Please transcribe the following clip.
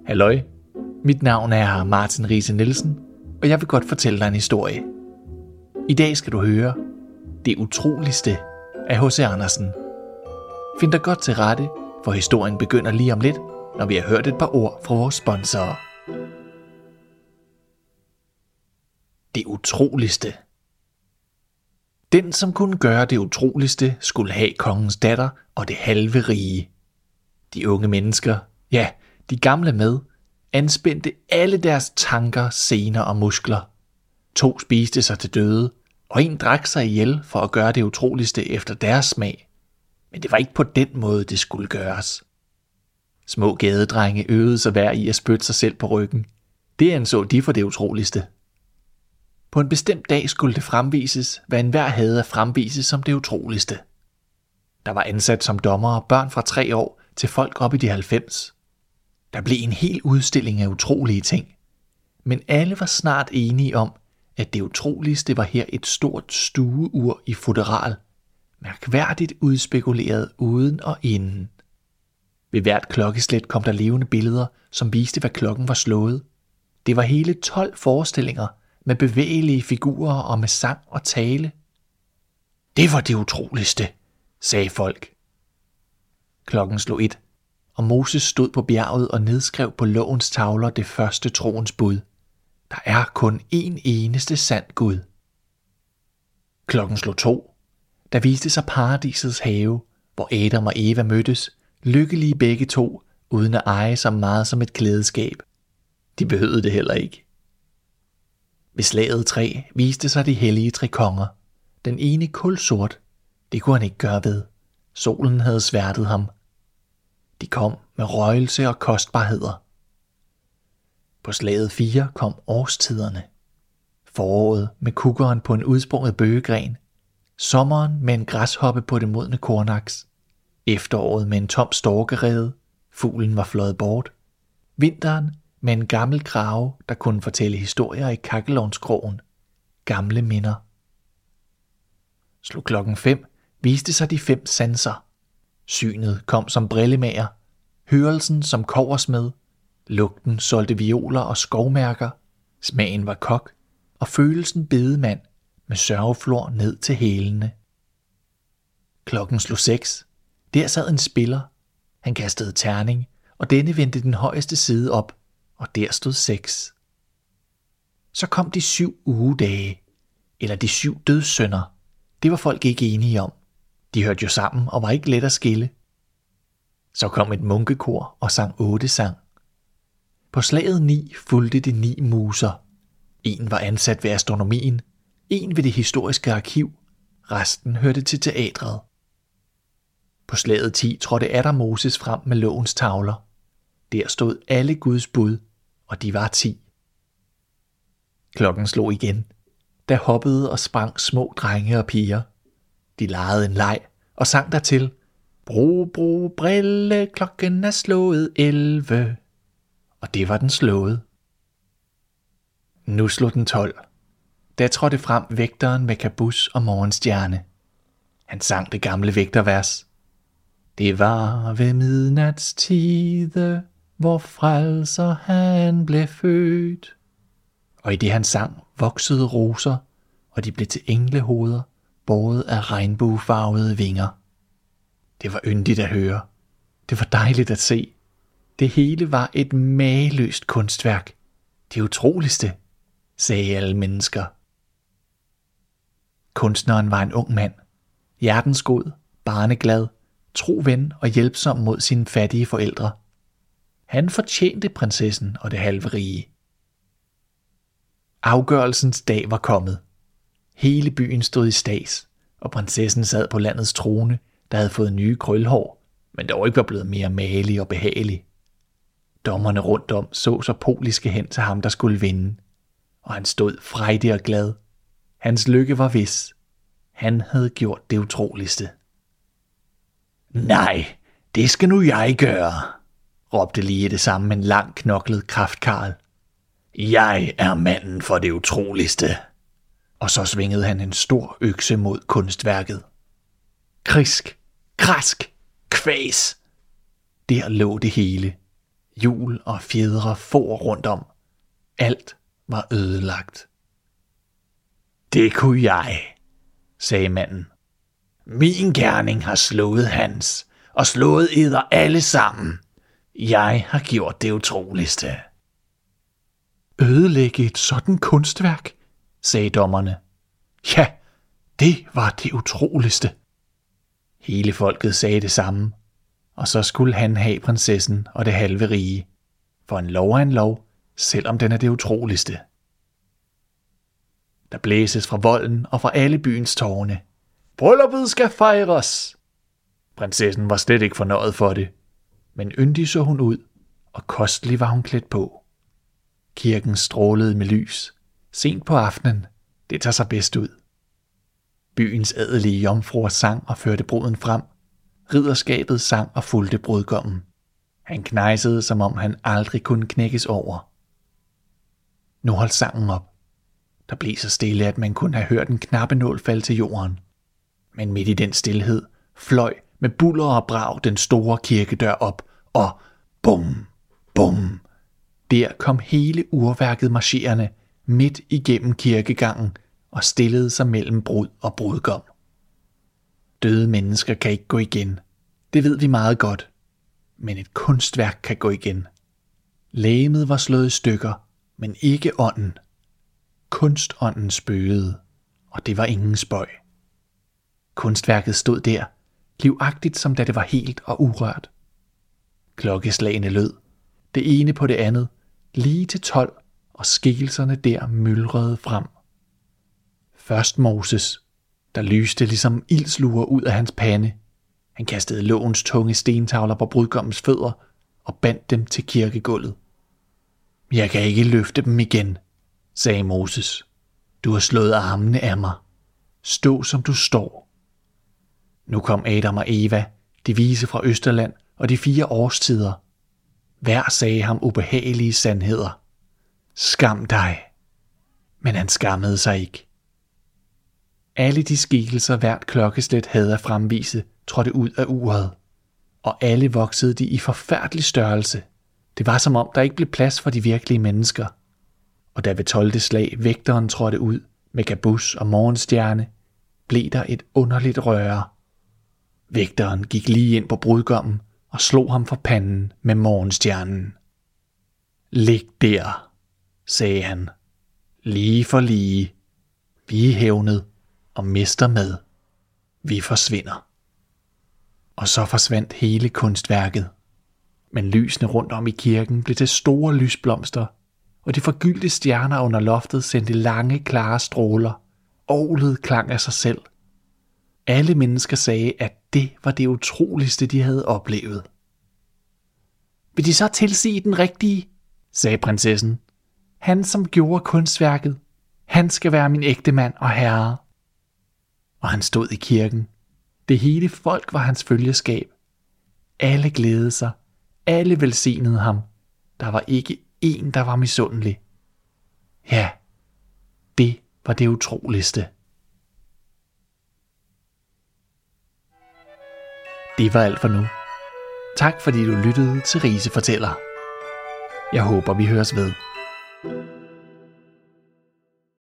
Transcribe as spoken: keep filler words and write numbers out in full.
Halløj, mit navn er Martin Riise Nielsen, og jeg vil godt fortælle dig en historie. I dag skal du høre Det utroligste af H C Andersen. Find dig godt til rette, for historien begynder lige om lidt, når vi har hørt et par ord fra vores sponsorer. Det utroligste. Den, som kunne gøre det utroligste, skulle have kongens datter og det halve rige. De unge mennesker, ja, de gamle med, anspændte alle deres tanker, sener og muskler. To spiste sig til døde, og en drak sig ihjel for at gøre det utroligste efter deres smag. Men det var ikke på den måde, det skulle gøres. Små gadedrenge øvede sig hver i at spytte sig selv på ryggen. Det anså de for det utroligste. På en bestemt dag skulle det fremvises, hvad enhver havde at fremvise som det utroligste. Der var ansat som dommere børn fra tre år til folk op i de halvfems. Der blev en hel udstilling af utrolige ting. Men alle var snart enige om, at det utroligste var her et stort stueur i futteral, mærkværdigt udspekuleret uden og inden. Ved hvert klokkeslæt kom der levende billeder, som viste, hvad klokken var slået. Det var hele tolv forestillinger med bevægelige figurer og med sang og tale. Det var det utroligste, sagde folk. Klokken slog et, og Moses stod på bjerget og nedskrev på lovens tavler det første troens bud. Der er kun én eneste sand Gud. Klokken slog to. Der viste sig paradisets have, hvor Adam og Eva mødtes, lykkelige begge to, uden at eje så meget som et klædeskab. De behøvede det heller ikke. Ved slaget tre viste sig de hellige tre konger. Den ene kulsort. Det kunne han ikke gøre ved. Solen havde sværtet ham. De kom med røgelse og kostbarheder. På slaget fire kom årstiderne. Foråret med kukkeren på en udsprunget bøgegren. Sommeren med en græshoppe på det modne kornaks. Efteråret med en tom storkerede. Fuglen var fløjet bort. Vinteren med en gammel krage, der kunne fortælle historier i kakkelovnskrogen. Gamle minder. Slog klokken fem, viste sig de fem sanser. Synet kom som brillemager, hørelsen som kobbersmed, lugten solgte violer og skovmærker, smagen var kok, og følelsen bedemand med sørgeflor ned til hælene. Klokken slog seks. Der sad en spiller. Han kastede terning, og denne vendte den højeste side op, og der stod seks. Så kom de syv ugedage, eller de syv dødssynder. Det var folk ikke enige om. De hørte jo sammen og var ikke let at skille. Så kom et munkekor og sang otte sang. På slaget ni fulgte de ni muser. En var ansat ved astronomien, en ved det historiske arkiv, resten hørte til teatret. På slaget ti trådte atter Moses frem med lovens tavler. Der stod alle Guds bud, og de var ti. Klokken slog igen. Der hoppede og sprang små drenge og piger. De legede en leg og sang dertil: Bro, bro, brille, klokken er slået elleve. Og det var den slået. Nu slog den tolv. Der trådte frem vægteren med kabus og morgenstjerne. Han sang det gamle vægtervers. Det var ved midnatstide, hvor frelser han blev født. Og i det han sang, voksede roser, og de blev til englehoveder, båret af regnbuefarvede vinger. Det var yndigt at høre. Det var dejligt at se. Det hele var et mageløst kunstværk. Det utroligste, sagde alle mennesker. Kunstneren var en ung mand. Hjertensgod, barneglad, tro ven og hjælpsom mod sine fattige forældre. Han fortjente prinsessen og det halve rige. Afgørelsens dag var kommet. Hele byen stod i stads, og prinsessen sad på landets trone, der havde fået nye krølhår, men dog ikke var blevet mere malig og behagelig. Dommerne rundt om så så poliske hen til ham, der skulle vinde, og han stod frejdig og glad. Hans lykke var vis. Han havde gjort det utroligste. Nej, det skal nu jeg gøre, råbte lige det samme en lang knoklet kraftkarl. Jeg er manden for det utroligste. Og så svingede han en stor økse mod kunstværket. Krisk, krask, kvæs. Der lå det hele. Hjul og fjedre for rundt om. Alt var ødelagt. Det kunne jeg, sagde manden. Min gerning har slået hans, og slået eder alle sammen. Jeg har gjort det utroligste. Ødelægge et sådan kunstværk, sagde dommerne. Ja, det var det utroligste. Hele folket sagde det samme, og så skulle han have prinsessen og det halve rige, for en lov er en lov, selvom den er det utroligste. Der blæses fra volden og fra alle byens tårne. Brylluppet skal fejres! Prinsessen var slet ikke fornøjet for det, men yndig så hun ud, og kostelig var hun klædt på. Kirken strålede med lys. Sent på aftenen, det tager sig bedst ud. Byens adelige jomfruer sang og førte bruden frem. Ridderskabet sang og fulgte brudgommen. Han knejsede, som om han aldrig kunne knækkes over. Nu holdt sangen op. Der blev så stille, at man kunne have hørt en knappenål falde til jorden. Men midt i den stilhed fløj med buller og brag den store kirkedør op, og bum, bum. Der kom hele urværket marcherende midt igennem kirkegangen og stillede sig mellem brud og brudgom. Døde mennesker kan ikke gå igen. Det ved vi meget godt. Men et kunstværk kan gå igen. Legemet var slået i stykker, men ikke ånden. Kunstånden spøgede, og det var ingen spøg. Kunstværket stod der, livagtigt som da det var helt og urørt. Klokkeslagene lød, det ene på det andet, lige til tolv, og skikkelserne der myldrede frem. Først Moses, der lyste ligesom ildsluer ud af hans pande. Han kastede lovens tunge stentavler på brudgommens fødder og bandt dem til kirkegulvet. Jeg kan ikke løfte dem igen, sagde Moses. Du har slået armene af mig. Stå som du står. Nu kom Adam og Eva, de vise fra Østerland og de fire årstider. Hver sagde ham ubehagelige sandheder. Skam dig. Men han skammede sig ikke. Alle de skikkelser hvert klokkeslæt havde at fremvise, trådte ud af uret. Og alle voksede de i forfærdelig størrelse. Det var som om, der ikke blev plads for de virkelige mennesker. Og da ved tolvte slag vægteren trådte ud med kabus og morgenstjerne, blev der et underligt røre. Vægteren gik lige ind på brudgommen og slog ham for panden med morgenstjernen. Lig der, sagde han. Lige for lige. Vi er hævnet og mister med. Vi forsvinder. Og så forsvandt hele kunstværket. Men lysene rundt om i kirken blev til store lysblomster, og de forgyldte stjerner under loftet sendte lange, klare stråler. Orglet klang af sig selv. Alle mennesker sagde, at det var det utroligste, de havde oplevet. Vil de så tilsige den rigtige, sagde prinsessen. Han, som gjorde kunstværket, han skal være min ægtemand og herre. Og han stod i kirken. Det hele folk var hans følgeskab. Alle glædede sig. Alle velsignede ham. Der var ikke en, der var misundelig. Ja, det var det utroligste. Det var alt for nu. Tak fordi du lyttede til Rise Fortæller. Jeg håber vi høres ved.